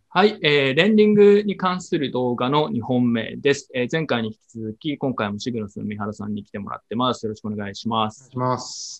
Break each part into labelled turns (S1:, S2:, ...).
S1: はい、レンディングに関する動画の2本目です。前回に引き続き、今回もシグノスの三原さんに来てもらってます。よろしくお願いします。
S2: お願いします。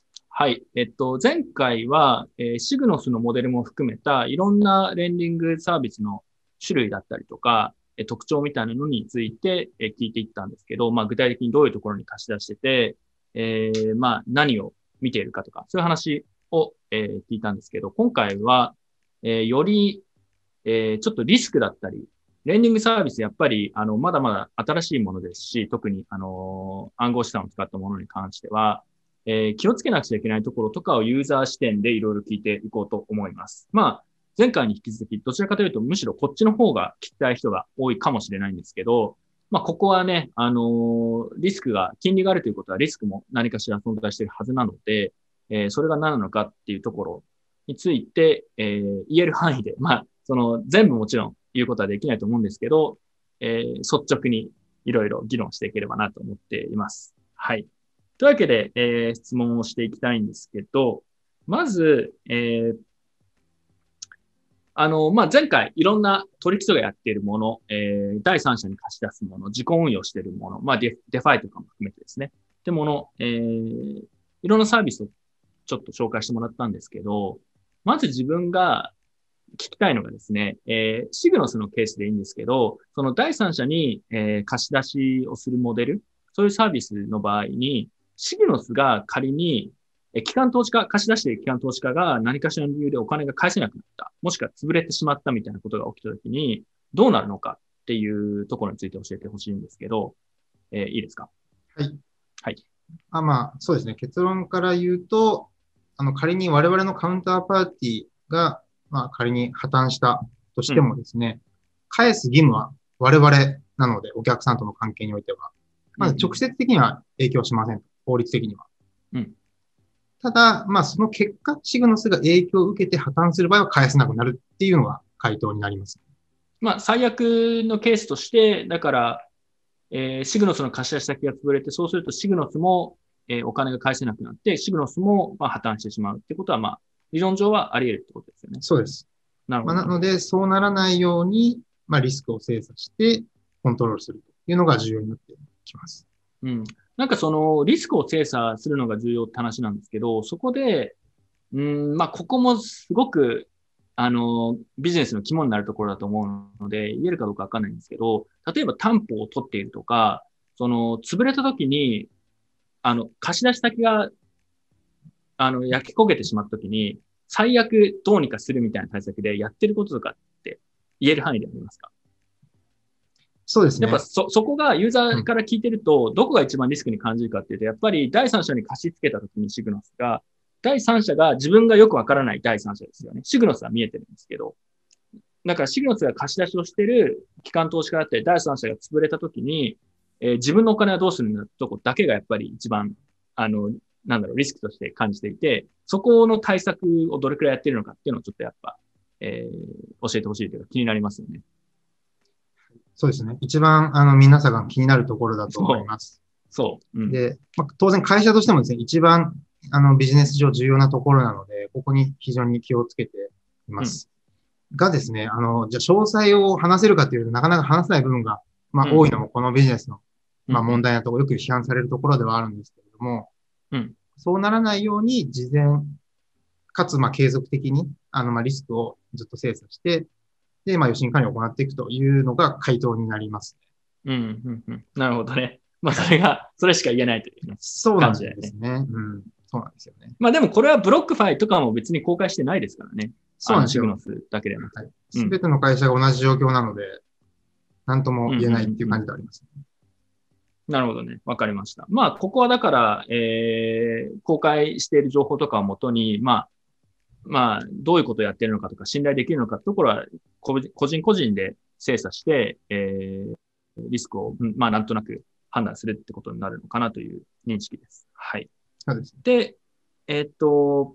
S1: はい、前回は、シグノスのモデルも含めたいろんなレンディングサービスの種類だったりとか、特徴みたいなのについて、聞いていったんですけど、具体的にどういうところに貸し出してて、何を見ているかとか、そういう話を、聞いたんですけど、今回は、よりちょっとリスクだったり、レンディングサービスやっぱり、まだまだ新しいものですし、特に、暗号資産を使ったものに関しては、気をつけなくちゃいけないところとかをユーザー視点でいろいろ聞いていこうと思います。前回に引き続き、どちらかというと、むしろこっちの方が聞きたい人が多いかもしれないんですけど、ここはね、リスクが、金利があるということはリスクも何かしら存在しているはずなので、それが何なのかっていうところについて、言える範囲で、全部もちろん言うことはできないと思うんですけど、率直にいろいろ議論していければなと思っています。はい。というわけで、質問をしていきたいんですけど、まず、前回いろんな取引所がやっているもの、第三者に貸し出すもの、自己運用しているもの、デファイとかも含めてですね、ってもの、いろんなサービスをちょっと紹介してもらったんですけど、まず自分が聞きたいのがですね、シグノスのケースでいいんですけど、その第三者に、貸し出しをするモデル、そういうサービスの場合に、シグノスが仮に、機関投資家、貸し出している機関投資家が何かしらの理由でお金が返せなくなった、もしくは潰れてしまったみたいなことが起きたときに、どうなるのかっていうところについて教えてほしいんですけど、いいですか？
S2: はい。
S1: はい。
S2: そうですね。結論から言うと、仮に我々のカウンターパーティーが、仮に破綻したとして
S1: うん。
S2: もですね、返す義務は我々なので、お客さんとの関係においては、
S1: うん。う
S2: まず直
S1: ん。
S2: 接的には影響しません。法律的には。
S1: うん。
S2: ただ、その結果、シグノスが影響を受けて破綻する場合は返せなくなるっていうのが回答になります。
S1: 最悪のケースとして、だから、シグノスの貸し出し先が潰れて、そうするとシグノスも、お金が返せなくなって、シグノスも、破綻してしまうってことは、理論上はあり得るってことですよね。
S2: そうです。
S1: なるほど、なるほど。
S2: なので、そうならないように、リスクを精査してコントロールするというのが重要になってきます。
S1: うん。なんかその、リスクを精査するのが重要って話なんですけど、そこで、ここもすごく、ビジネスの肝になるところだと思うので、言えるかどうかわかんないんですけど、例えば担保を取っているとか、その、潰れた時に、貸し出し先が焼き焦げてしまった時に、最悪どうにかするみたいな対策でやってることとかって言える範囲でありますか？やっぱ
S2: そうですね。
S1: そこがユーザ
S2: うん。
S1: ーから聞いてると、どこが一番リスクに感じるかっていうと、やっぱり第三者に貸し付けた時にシグノスが、第三者が自分がよくわからない第三者ですよね。シグノスは見えてるんですけど、だからシグノスが貸し出しをしてる機関投資家だったり、第三者が潰れた時に、自分のお金はどうするんだってとこだけがやっぱり一番、あの、リスクとして感じていて、そこの対策をどれくらいやってるのかっていうのをちょっとやっぱ、教えてほしいというか気になりますよね。
S2: そうですね。一番、皆さんが気になるところだと思い
S1: そう、
S2: ます。
S1: そう、うん、
S2: で、当然会社としてもですね、一番、ビジネス上重要なところなので、ここに非常に気をつけていま
S1: うん、
S2: す。がですね、じゃあ詳細を話せるかというとなかなか話せない部分が、
S1: うん、
S2: 多いのもこのビジネスの、
S1: うん、うん、
S2: 問題なところ、よく批判されるところではあるんですけれども、
S1: うん。
S2: そうならないように、事前かつ、継続的に、リスクをずっと精査して、で、予診管理を行っていくというのが回答になります。
S1: うん、うん、うん。なるほどね。それしか言えないというね、
S2: そうなん
S1: 感じだよね。
S2: ですね。うん。そうなんですよね。
S1: でもこれはブロックファイとかも別に公開してないですからね。
S2: そうなんですよ。
S1: シグノスだけでなくて。
S2: はい。
S1: うん。
S2: すべての会社が同じ状況なので、何とも
S1: うん、うん、
S2: 言えないっていう
S1: うん。
S2: 感じではありますね。
S1: なるほどね。わかりました。ここはだから、公開している情報とかをもとに、どういうことをやっているのかとか、信頼できるのかってところは、個人個人で精査して、リスクを、なんとなく判断するってことになるのかなという認識です。はい。
S2: そうですね。
S1: で、えっと、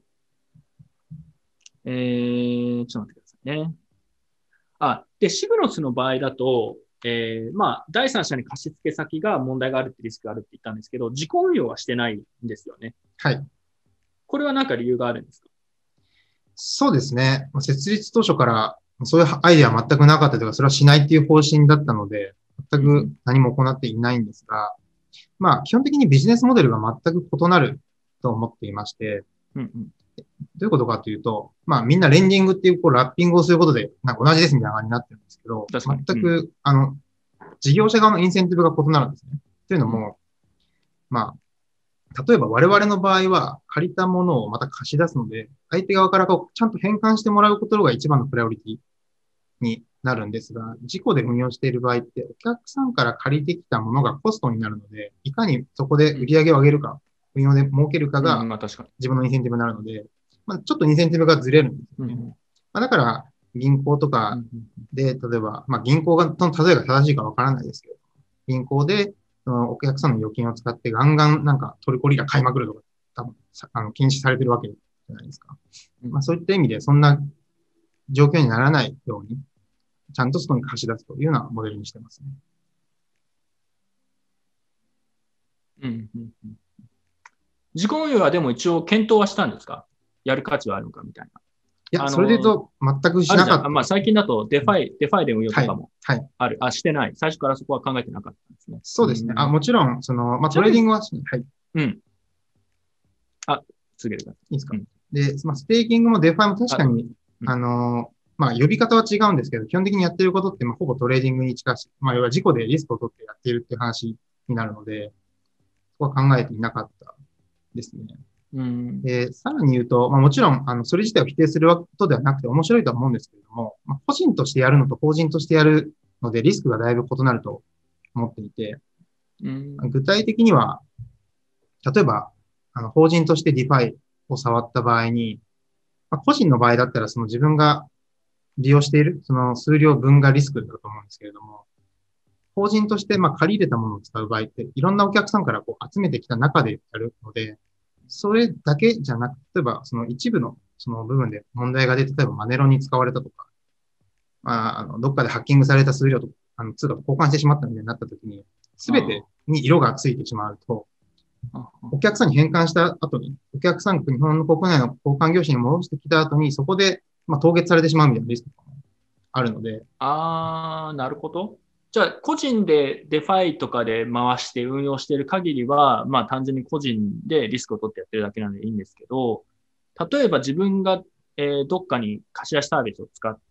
S1: ちょっと待ってくださいね。で、シグノスの場合だと、第三者に貸付先が問題があるってリスクがあるって言ったんですけど、自己運用はしてないんですよね。
S2: はい。
S1: これは何か理由があるんですか？
S2: そうですね。設立当初からそういうアイデアは全くなかったというか、それはしないっていう方針だったので、全く何も行っていないんですが、まあ、基本的にビジネスモデルが全く異なると思っていまして、
S1: うんうん。
S2: どういうことかというと、まあみんなレンディングっていうこうラッピングをすることで、なんか同じですみたいな感じになってるんですけど、
S1: 確かに。
S2: 全く、事業者側のインセンティブが異なるんですね。というのも、まあ、例えば我々の場合は借りたものをまた貸し出すので、相手側からこうちゃんと返還してもらうことが一番のプライオリティになるんですが、自己で運用している場合って、お客さんから借りてきたものがコストになるので、いかにそこで売り上げを上げるか、運用で儲けるかが
S1: まあ確かに。
S2: 自分のインセンティブになるので、まあ、ちょっとインセンティブがずれるんですよね。まあ、だから、銀行とかで、例えば、まあ、銀行が、例えが正しいかわからないですけど、銀行で、そのお客さんの預金を使ってガンガンなんかトルコリラ買いまくるとか、多分、禁止されてるわけじゃないですか。まあ、そういった意味で、そんな状況にならないように、ちゃんと外に貸し出すというようなモデルにしてますね。
S1: 自己運用はでも一応検討はしたんですか？やる価値はあるのかみたいな。
S2: いや、それで言うと全くしなかった。
S1: まあ最近だとデファイで運用とかも
S2: はい。
S1: ある。してない。最初からそこは考えてなかったんですね。
S2: そうですね。もちろん、まあ、トレーディングは、はい。
S1: うん。続けてください。
S2: いいですか。で、まあ、ステーキングもデファイも確かに、まあ、呼び方は違うんですけど、基本的にやってることって、まあ、ほぼトレーディングに近し、まあ、要は自己でリスクを取ってやっているっていう話になるので、そこは考えていなかったですね。さらに言うと、まあ、もちろん、それ自体を否定することではなくて面白いとは思うんですけれども、まあ、個人としてやるのと法人としてやるので、リスクがだいぶ異なると思っていて、具体的には、例えば、法人としてディファイを触った場合に、まあ、個人の場合だったら、その自分が利用している、その数量分がリスクだと思うんですけれども、法人としてまあ借り入れたものを使う場合って、いろんなお客さんからこう集めてきた中でやるので、それだけじゃなく、例えばその一部のその部分で問題が出て、例えばマネロンに使われたとか、まあ、どっかでハッキングされた数量と通貨と交換してしまったみたいになったときに、すべてに色がついてしまうと、お客さんに返還した後に、お客さん、日本の国内の交換業者に戻してきた後に、そこで、まあ、凍結されてしまうみたいなリスクもあるので。
S1: なるほど。じゃあ、個人でデファイとかで回して運用している限りは、まあ単純に個人でリスクを取ってやってるだけなんでいいんですけど、例えば自分が、どっかに貸し出しサービスを使って、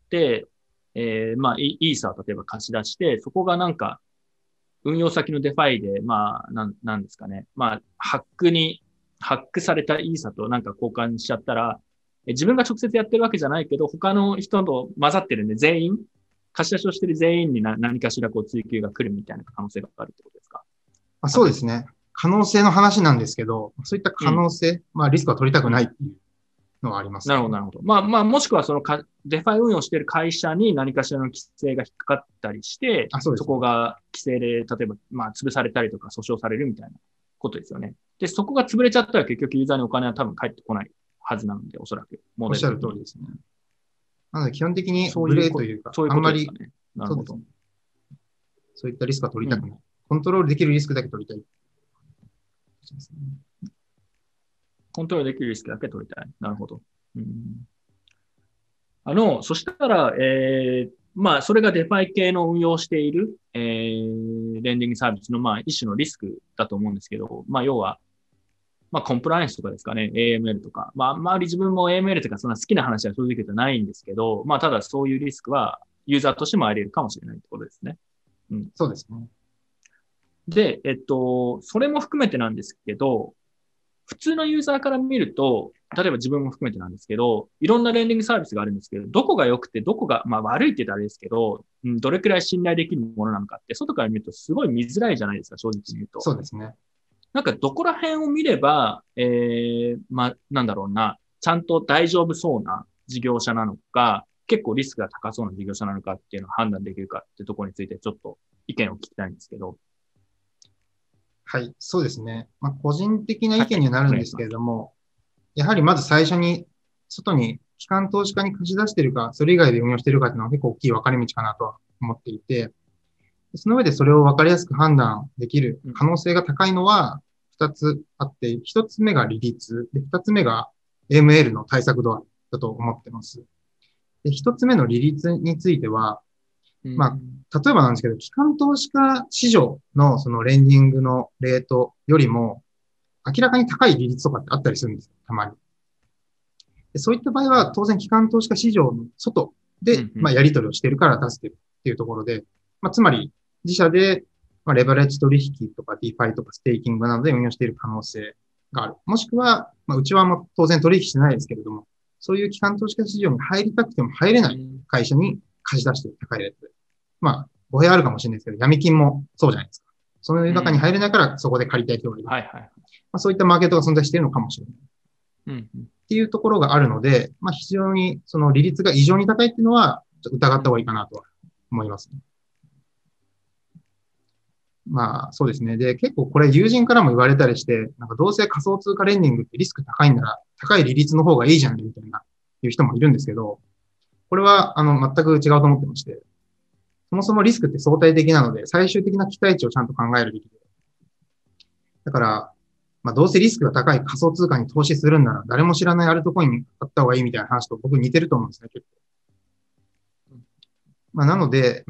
S1: まあイーサーを例えば貸し出して、そこがなんか運用先のデファイで、まあ、なんですかね。まあ、ハックされたイーサとなんか交換しちゃったら、自分が直接やってるわけじゃないけど、他の人と混ざってるんで、全員、貸し出しをしてる全員に何かしらこう追求が来るみたいな可能性があるってことですか？
S2: そうですね。可能性の話なんですけど、そういった可能性、まあリスクは取りたくないっていうのはあります、
S1: ね。なるほど、なるほど。まあ、もしくはそのデファイ運用している会社に何かしらの規制が引っかかったりして、そこが規制で、例えば、まあ、潰されたりとか訴訟されるみたいなことですよね。で、そこが潰れちゃったら結局ユーザーにお金は多分返ってこないはずなので、おそらく。
S2: おっしゃる通りですね。なので基本的にグレーというか、あんまり、
S1: なるほど。
S2: そういったリスクは取りたくない。コントロールできるリスクだけ取りたい。
S1: コントロールできるリスクだけ取りたい。なるほど。そしたら、まあ、それがデファイ系の運用している、レンディングサービスの、まあ、一種のリスクだと思うんですけど、まあ、要は、まあ、コンプライアンスとかですかね、AML とか。まあ、あんまり自分も AML とかそんな好きな話は正直言うとないんですけど、まあ、ただそういうリスクはユーザーとしてもあり得るかもしれないってことですね。
S2: そうですね。
S1: で、それも含めてなんですけど、普通のユーザーから見ると、例えば自分も含めてなんですけど、いろんなレンディングサービスがあるんですけど、どこが良くて、どこが、まあ悪いって言ったらあれですけど、どれくらい信頼できるものなのかって、外から見るとすごい見づらいじゃないですか、正直に言うと。
S2: そうですね。
S1: なんかどこら辺を見れば、まあ、なんだろうな、ちゃんと大丈夫そうな事業者なのか、結構リスクが高そうな事業者なのかっていうのを判断できるかっていうところについてちょっと意見を聞きたいんですけど。
S2: はい、そうですね。まあ、個人的な意見にはなるんですけれども、やはりまず最初に、外に機関投資家に貸し出しているか、それ以外で運用しているかっていうのは結構大きい分かれ道かなとは思っていて、その上でそれを分かりやすく判断できる可能性が高いのは2つあって、1つ目が利率、で2つ目が AML の対策度合いだと思ってます。 で、一つ目の利率については、ま
S1: うん
S2: あ、例えばなんですけど、機関投資家市場のそのレンディングのレートよりも、明らかに高い利率とかってあったりするんですよ、たまに。でそういった場合は、当然機関投資家市場の外で、
S1: うん
S2: やり取りをしているから出しているっていうところで、つまり、自社で、レバレッジ取引とか DeFi とかステーキングなどで運用している可能性がある。もしくは、うちはもう当然取引してないですけれども、そういう機関投資家市場に入りたくても入れない会社に貸し出している高いレートで。語弊あるかもしれないですけど、闇金もそうじゃないですか。その中に入れないからそこで借りたい人がいる。
S1: はいはい。
S2: そういったマーケットが存在しているのかもしれない。っていうところがあるので、非常にその利率が異常に高いっていうのは、ちょっと疑った方がいいかなとは思いますね。そうですね。で、結構これ友人からも言われたりして、なんかどうせ仮想通貨レンディングってリスク高いんなら、高い利率の方がいいじゃんみたいな、いう人もいるんですけど、これは、全く違うと思ってまして、そもそもリスクって相対的なので、最終的な期待値をちゃんと考えるべきで。だから、どうせリスクが高い仮想通貨に投資するんなら、誰も知らないアルトコインに買った方がいいみたいな話と僕似てると思うんですね、結構。なので、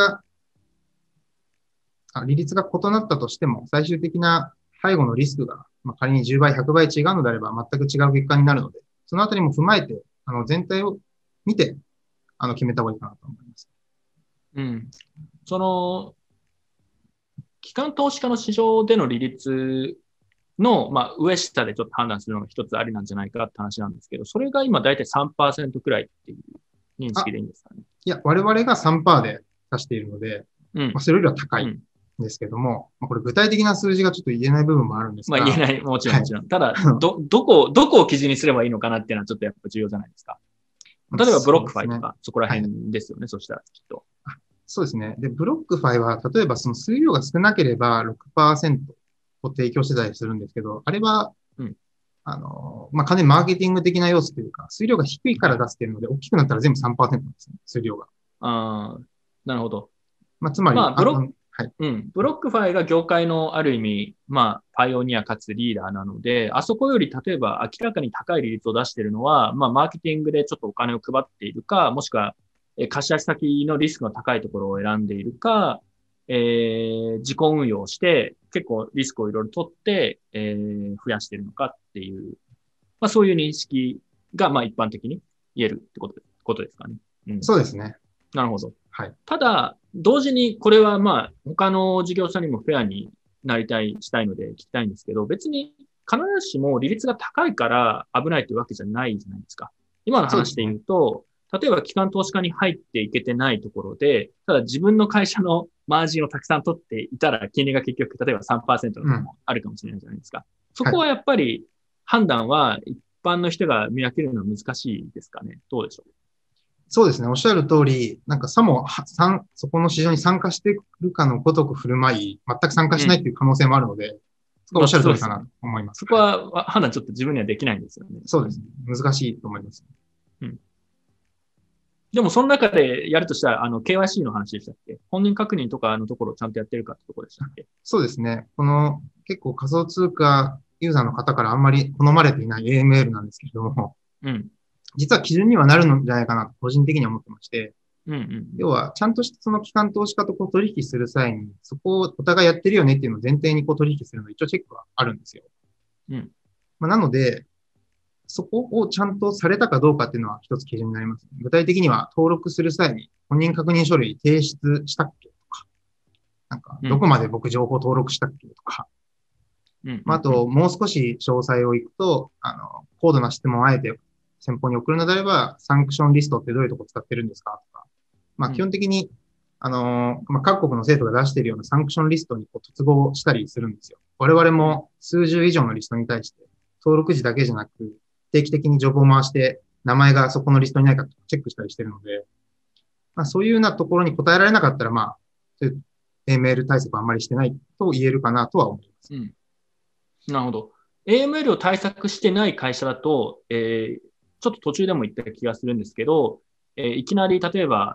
S2: 利率が異なったとしても、最終的な背後のリスクが、仮に10倍、100倍違うのであれば、全く違う結果になるので、そのあたりも踏まえて、全体を見て、決めた方がいいかなと思います。
S1: うん。その、機関投資家の市場での利率の、上下でちょっと判断するのが一つありなんじゃないかって話なんですけど、それが今だいたい 3% くらいっていう認識でいいんですかね。
S2: いや、我々が 3% で指しているので、それよりは高いんですけども、これ具体的な数字がちょっと言えない部分もあるんですが。
S1: 言えない、もちろんもちろん。ただ、どこを基準にすればいいのかなっていうのはちょっとやっぱ重要じゃないですか。例えばブロックファイとか、そこら辺ですよね、そしたらきっと。
S2: そうですね。で、ブロックファイは、例えばその数量が少なければ 6% を提供してたりするんですけど、あれは、完全にマーケティング的な要素というか、数量が低いから出しているので、大きくなったら全部 3% なんですね、数量が。
S1: なるほど。
S2: つまり、
S1: ブロックファイが業界のある意味、パイオニアかつリーダーなので、あそこより例えば明らかに高い利率を出しているのは、マーケティングでちょっとお金を配っているか、もしくは、貸し出し先のリスクの高いところを選んでいるか、自己運用して結構リスクをいろいろ取って、増やしているのかっていう、そういう認識が一般的に言えるってことですかね。
S2: そうですね。
S1: なるほど。
S2: はい。
S1: ただ、同時にこれは他の事業者にもフェアにしたいので聞きたいんですけど、別に必ずしも利率が高いから危ないというわけじゃないじゃないですか。今の話で言うと、例えば機関投資家に入っていけてないところで、ただ自分の会社のマージンをたくさん取っていたら、金利が結局、例えば 3% のもあるかもしれないじゃないですか。そこはやっぱり判断は一般の人が見分けるのは難しいですかね。どうでしょう。
S2: そうですね。おっしゃる通り、さもそこの市場に参加しているかのごとく振る舞い、全く参加しないという可能性もあるので、そこはおっしゃる通りかなと思います。
S1: そこは判断ちょっと自分にはできないんですよね。
S2: そうですね。難しいと思います。
S1: でも、その中でやるとしたら、KYC の話でしたっけ？本人確認とかのところをちゃんとやってるかってところでしたっけ？
S2: そうですね。結構仮想通貨ユーザーの方からあんまり好まれていない AML なんですけれども、実は基準にはなるのじゃないかなと個人的には思ってまして、要は、ちゃんとしてその機関投資家と取引する際に、そこをお互いやってるよねっていうのを前提に取引するので、一応チェックはあるんですよ。なので、そこをちゃんとされたかどうかっていうのは一つ基準になります。具体的には登録する際に本人確認書類提出したっけとか、どこまで僕情報登録したっけとか、あと、もう少し詳細をいくと、高度な質問をあえて先方に送るのであれば、サンクションリストってどういうとこ使ってるんですかとか、基本的に、各国の政府が出しているようなサンクションリストに突合したりするんですよ。我々も数十以上のリストに対して、登録時だけじゃなく、定期的に情報を回して、名前がそこのリストにないかチェックしたりしてるので、そういうようなところに答えられなかったら、そういう AML 対策はあんまりしてないと言えるかなとは思います。
S1: なるほど。AML を対策してない会社だと、ちょっと途中でも言った気がするんですけど、いきなり例えば、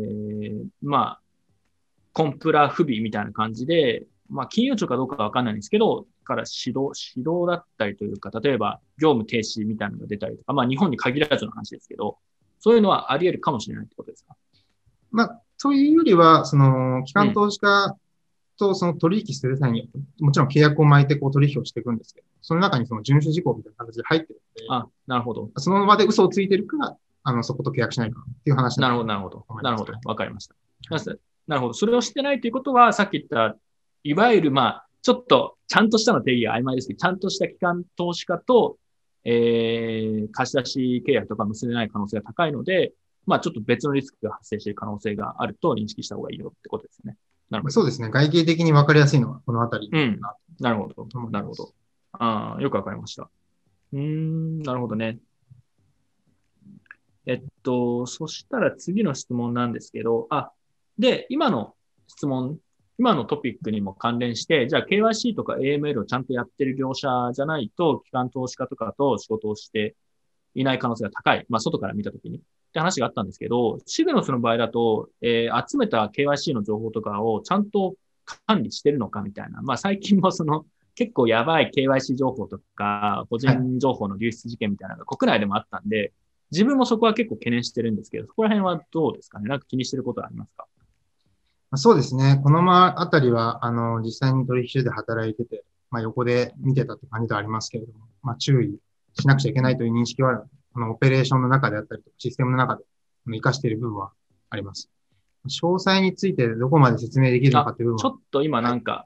S1: コンプラ不備みたいな感じで、金融庁かどうかわかんないんですけど、から指導だったりというか、例えば業務停止みたいなのが出たりとか、日本に限らずの話ですけど、 そういうのはあり得るかもしれないってことですか？
S2: まあ、そういうよりは、機関投資家とその取引する際に、もちろん契約を巻いてこう取引をしていくんですけど、その中にその遵守事項みたいな形で入ってるので、
S1: あ、なるほど。
S2: その場で嘘をついてるか、そこと契約しないかっていう話だと
S1: なるほど、なるほど。
S2: 思います。
S1: なるほど。わかりました。なるほど。それをしてないということは、さっき言った、いわゆる、まあ、ちょっと、ちゃんとしたの定義が曖昧ですけど、ちゃんとした機関投資家と、貸し出し契約とか結んでない可能性が高いので、まあ、ちょっと別のリスクが発生している可能性があると認識した方がいいよってことですね。なるほど。
S2: そうですね。外形的に分かりやすいのはこのあたり。
S1: うん。なるほど。なるほど。ああ、よくわかりました。なるほどね。そしたら次の質問なんですけど、で、今の質問、今のトピックにも関連して、じゃあ KYC とか AML をちゃんとやってる業者じゃないと、機関投資家とかと仕事をしていない可能性が高い。まあ、外から見たときに。って話があったんですけど、シグノスの場合だと、集めた KYC の情報とかをちゃんと管理してるのかみたいな。まあ、最近も結構やばい KYC 情報とか、個人情報の流出事件みたいなのが国内でもあったんで、自分もそこは結構懸念してるんですけど、そこら辺はどうですかね？なんか気にしてることはありますか？
S2: そうですね。このあたりは、実際に取引所で働いてて、まあ、横で見てたって感じではありますけれども、まあ、注意しなくちゃいけないという認識は、オペレーションの中であったりとか、システムの中で、活かしている部分はあります。詳細についてどこまで説明できるのかという部分は。
S1: ちょっと今なんか、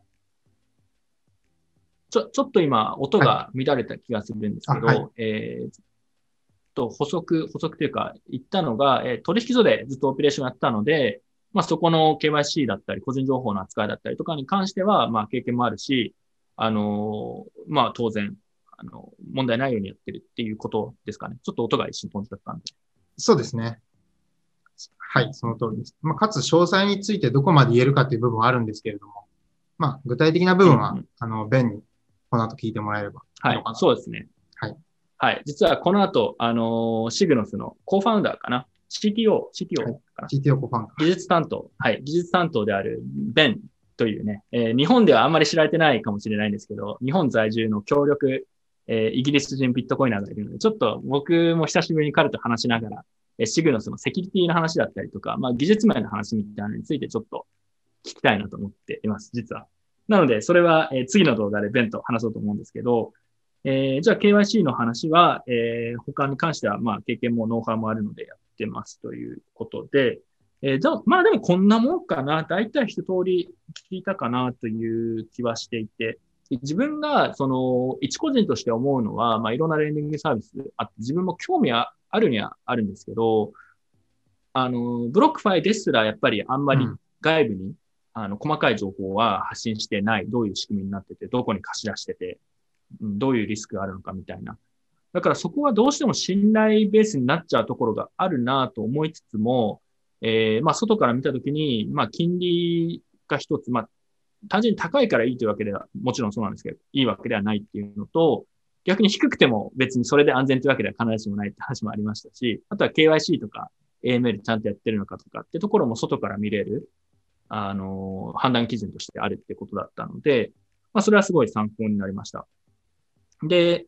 S1: ちょっと今音が乱れた気がするんですけど、補足というか、言ったのが、取引所でずっとオペレーションやったので、まあそこの KYC だったり、個人情報の扱いだったりとかに関しては、まあ経験もあるし、まあ当然、問題ないようにやってるっていうことですかね。ちょっと音が一瞬飛んじゃったんで。
S2: そうですね。はい、その通りです。まあ、かつ詳細についてどこまで言えるかという部分はあるんですけれども、まあ、具体的な部分は、ベンにこの後聞いてもらえればいいのかな。
S1: はい、そうですね。
S2: はい。
S1: はい。実はこの後、シグノスのコーファウンダーかな？ CTO かな、
S2: CTO コーファウンダー。
S1: 技術担当。はい。技術担当であるベンというね、日本ではあんまり知られてないかもしれないんですけど、日本在住の強力、イギリス人ビットコイナーがいるので、ちょっと僕も久しぶりに彼と話しながら、シグノスのセキュリティの話だったりとか、まあ技術面の話みたいなのについてちょっと聞きたいなと思っています、実は。なので、それは、次の動画でベンと話そうと思うんですけど、じゃあ KYC の話は、他に関しては、まあ経験もノウハウもあるのでやってますということで、じゃあ、まあでもこんなもんかな。大体一通り聞いたかなという気はしていて、自分が、一個人として思うのは、まあいろんなレンディングサービスあって、自分も興味はあるにはあるんですけど、ブロックファイですらやっぱりあんまり外部に、細かい情報は発信してない。どういう仕組みになってて、どこに貸し出してて、どういうリスクがあるのかみたいな。だからそこはどうしても信頼ベースになっちゃうところがあるなと思いつつも、まあ外から見たときに、まあ金利が一つ、まあ単純に高いからいいというわけでは、もちろんそうなんですけど、いいわけではないっていうのと、逆に低くても別にそれで安全というわけでは必ずしもないって話もありましたし、あとは KYC とか AML ちゃんとやってるのかとかってところも外から見れる、判断基準としてあるってことだったので、まあそれはすごい参考になりました。で、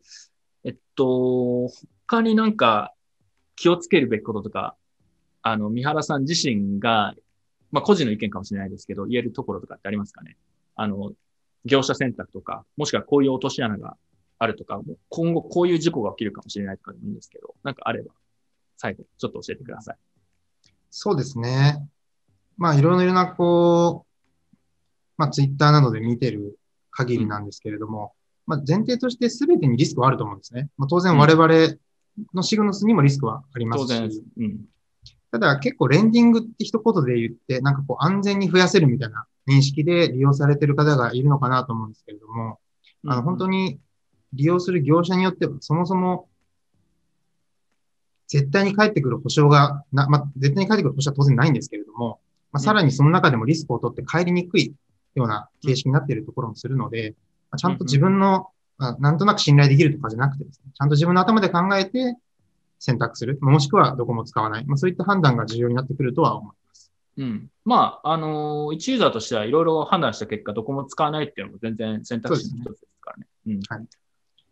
S1: 他になんか気をつけるべきこととか、三原さん自身が、まあ個人の意見かもしれないですけど、言えるところとかってありますかね？業者選択とか、もしくはこういう落とし穴があるとか、今後こういう事故が起きるかもしれないとかでもいいんですけど、なんかあれば、最後、ちょっと教えてください。
S2: そうですね。まあ、いろいろな、まあ、ツイッターなどで見てる限りなんですけれども、まあ、前提として全てにリスクはあると思うんですね。まあ、当然我々のシグノスにもリスクはありますし、ただ結構レンディングって一言で言って、なんか安全に増やせるみたいな認識で利用されている方がいるのかなと思うんですけれども、本当に利用する業者によっては、そもそも絶対に返ってくる保証が、まあ、絶対に返ってくる保証は当然ないんですけれども、まあ、さらにその中でもリスクを取って帰りにくいような形式になっているところもするので、ちゃんと自分の、なんとなく信頼できるとかじゃなくてですね、ちゃんと自分の頭で考えて選択する、もしくはどこも使わない、まあ、そういった判断が重要になってくるとは思います。
S1: まあ、一ユーザーとしてはいろいろ判断した結果、どこも使わないっていうのも全然選択肢の一つですからね。
S2: はい。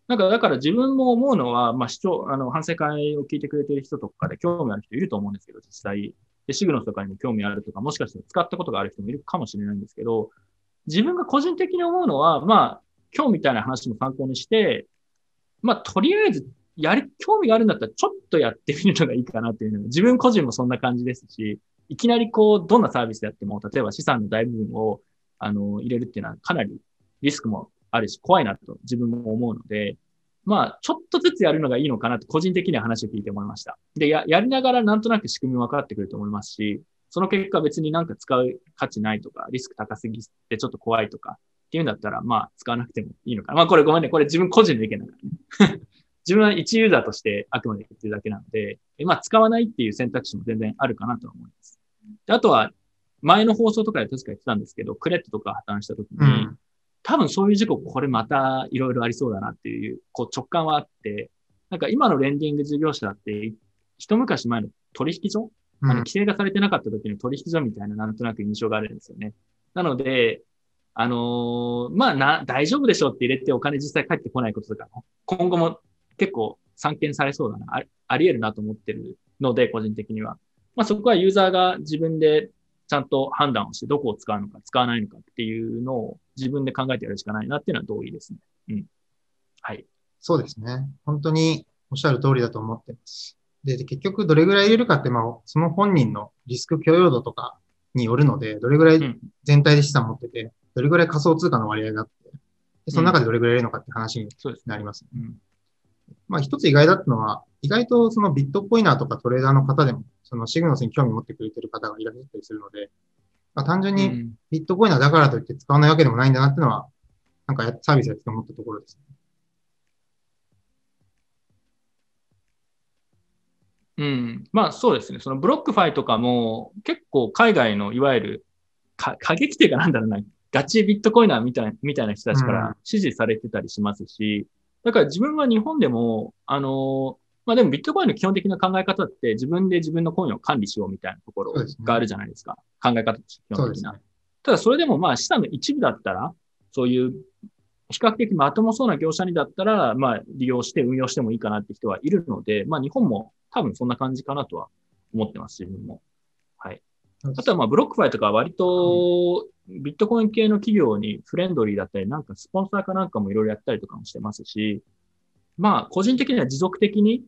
S1: なんか、だから自分も思うのは、まあ、反省会を聞いてくれている人とかで興味ある人いると思うんですけど、実際。で、シグノスとかにも興味あるとか、もしかしたら使ったことがある人もいるかもしれないんですけど、自分が個人的に思うのは、まあ、今日みたいな話も参考にして、まあ、とりあえず、興味があるんだったら、ちょっとやってみるのがいいかなっていうのは、自分個人もそんな感じですし、いきなりこう、どんなサービスであっても、例えば資産の大部分を、入れるっていうのはかなりリスクもあるし、怖いなと自分も思うので、まあ、ちょっとずつやるのがいいのかなと、個人的には話を聞いて思いました。で、やりながらなんとなく仕組みも分かってくると思いますし、その結果別になんか使う価値ないとか、リスク高すぎてちょっと怖いとか、っていうんだったら、まあ、使わなくてもいいのかな。まあ、これごめんね。これ自分個人の意見だからね。自分は一ユーザーとしてあくまで言ってるだけなので、まあ、使わないっていう選択肢も全然あるかなと思います。であとは、前の放送とかで確か言ってたんですけど、クレットとか破綻した時に、多分そういう事故、これまたいろいろありそうだなっていう、こう直感はあって、なんか今のレンディング事業者だって、一昔前の取引所規制がされてなかった時の取引所みたいななんとなく印象があるんですよね。なので、まあ大丈夫でしょうって入れてお金実際返ってこないこととか、今後も結構散見されそうだな、あり得るなと思ってるので、個人的には。まあそこはユーザーが自分でちゃんと判断をしてどこを使うのか使わないのかっていうのを自分で考えてやるしかないなっていうのは同意ですね。うん。はい。
S2: そうですね。本当におっしゃる通りだと思ってます。で、結局どれぐらい入れるかって、まあ、その本人のリスク許容度とかによるので、どれぐらい全体で資産持ってて、どれぐらい仮想通貨の割合があって、でその中でどれぐらい入れるのかって話になります。まあ一つ意外だったのは、意外とそのビットコイナーとかトレーダーの方でも、そのシグノスに興味持ってくれてる方がいらっしゃったりするので、まあ、単純にビットコイナーだからといって使わないわけでもないんだなっていうのは、なんかサービスやってて思ったところですね。
S1: うん。まあそうですね。そのブロックファイとかも結構海外のいわゆる過激っていうかなんだろうな、ガチビットコイナーみたいな人たちから支持されてたりしますし、だから自分は日本でも、まあでもビットコインの基本的な考え方って自分で自分のコインを管理しようみたいなところがあるじゃないですか。考え方として基本的な。ただそれでもまあ資産の一部だったら、そういう比較的まともそうな業者にだったら、まあ利用して運用してもいいかなって人はいるので、まあ日本も多分そんな感じかなとは思ってます、自分も。はい。あとはまあブロックファイとかは割とビットコイン系の企業にフレンドリーだったり、なんかスポンサーかなんかもいろいろやったりとかもしてますし、まあ個人的には持続的に、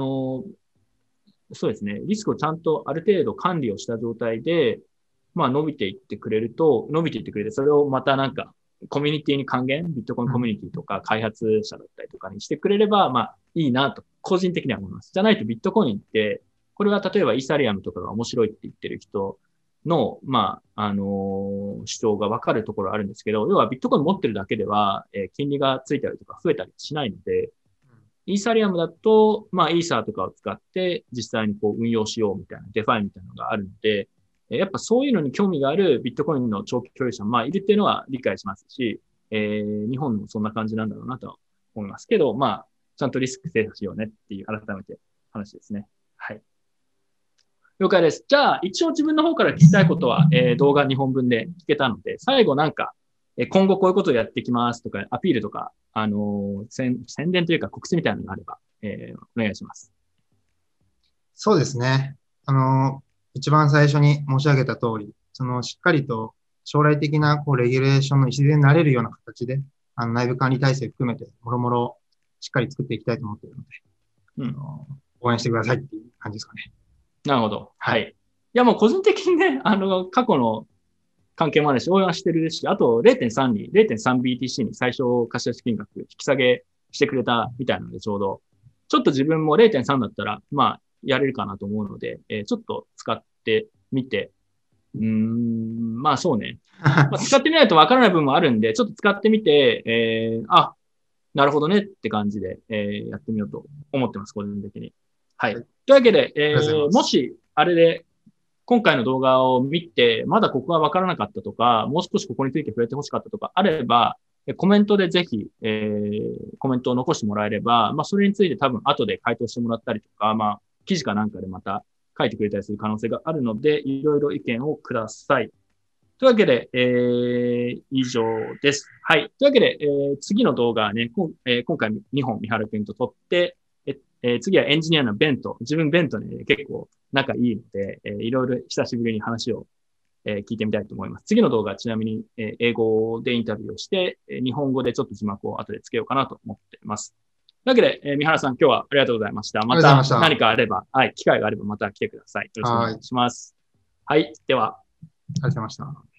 S1: そうですね、リスクをちゃんとある程度管理をした状態で、まあ伸びていってくれると、伸びていってくれて、それをまたなんかコミュニティに還元、ビットコインコミュニティとか開発者だったりとかにしてくれれば、まあいいなと、個人的には思います。じゃないとビットコインって、これは例えばイーサリアムとかが面白いって言ってる人の、まあ、主張がわかるところあるんですけど、要はビットコイン持ってるだけでは、金利がついたりとか増えたりしないので、イーサリアムだと、まあ、イーサーとかを使って実際にこう運用しようみたいな、デファイみたいなのがあるので、やっぱそういうのに興味があるビットコインの長期共有者もまあいるっていうのは理解しますし、日本もそんな感じなんだろうなと思いますけど、まあ、ちゃんとリスク精査しようねっていう改めて話ですね。はい。了解です。じゃあ、一応自分の方から聞きたいことは、動画2本分で聞けたので、最後なんか、今後こういうことをやっていきますとか、アピールとか、宣伝というか告知みたいなのがあれば、お願いします。
S2: そうですね。一番最初に申し上げた通り、しっかりと将来的なレギュレーションの礎になれるような形で、内部管理体制含めて、もろもろしっかり作っていきたいと思っているので、応援してくださいっていう感じですかね。
S1: なるほど。はい。いや、もう個人的にね、過去の関係もあるし、応援はしてるし、あと 0.3BTC に最小貸出金額引き下げしてくれたみたいなので、ちょうど。ちょっと自分も 0.3 だったら、まあ、やれるかなと思うので、ちょっと使ってみて、まあそうね。まあ、使ってみないとわからない部分もあるんで、ちょっと使ってみて、なるほどねって感じで、やってみようと思ってます、個人的に。はい。というわけで、もし、あれで、今回の動画を見て、まだここがわからなかったとか、もう少しここについて触れてほしかったとかあれば、コメントでぜひ、コメントを残してもらえれば、まあ、それについて多分後で回答してもらったりとか、まあ、記事かなんかでまた書いてくれたりする可能性があるので、いろいろ意見をください。 というわけで、以上です。はい。というわけで、次の動画はね、今回2本三原くんと撮って、次はエンジニアのベント。自分ベントね、結構仲いいので、いろいろ久しぶりに話を、聞いてみたいと思います。次の動画はちなみに、英語でインタビューをして、日本語でちょっと字幕を後でつけようかなと思っています。というわけで、三原さん今日はありがとうございました。また何かあれば、はい、機会があればまた来てください。よろしくお願いします。はい。では。
S2: ありがとうございました。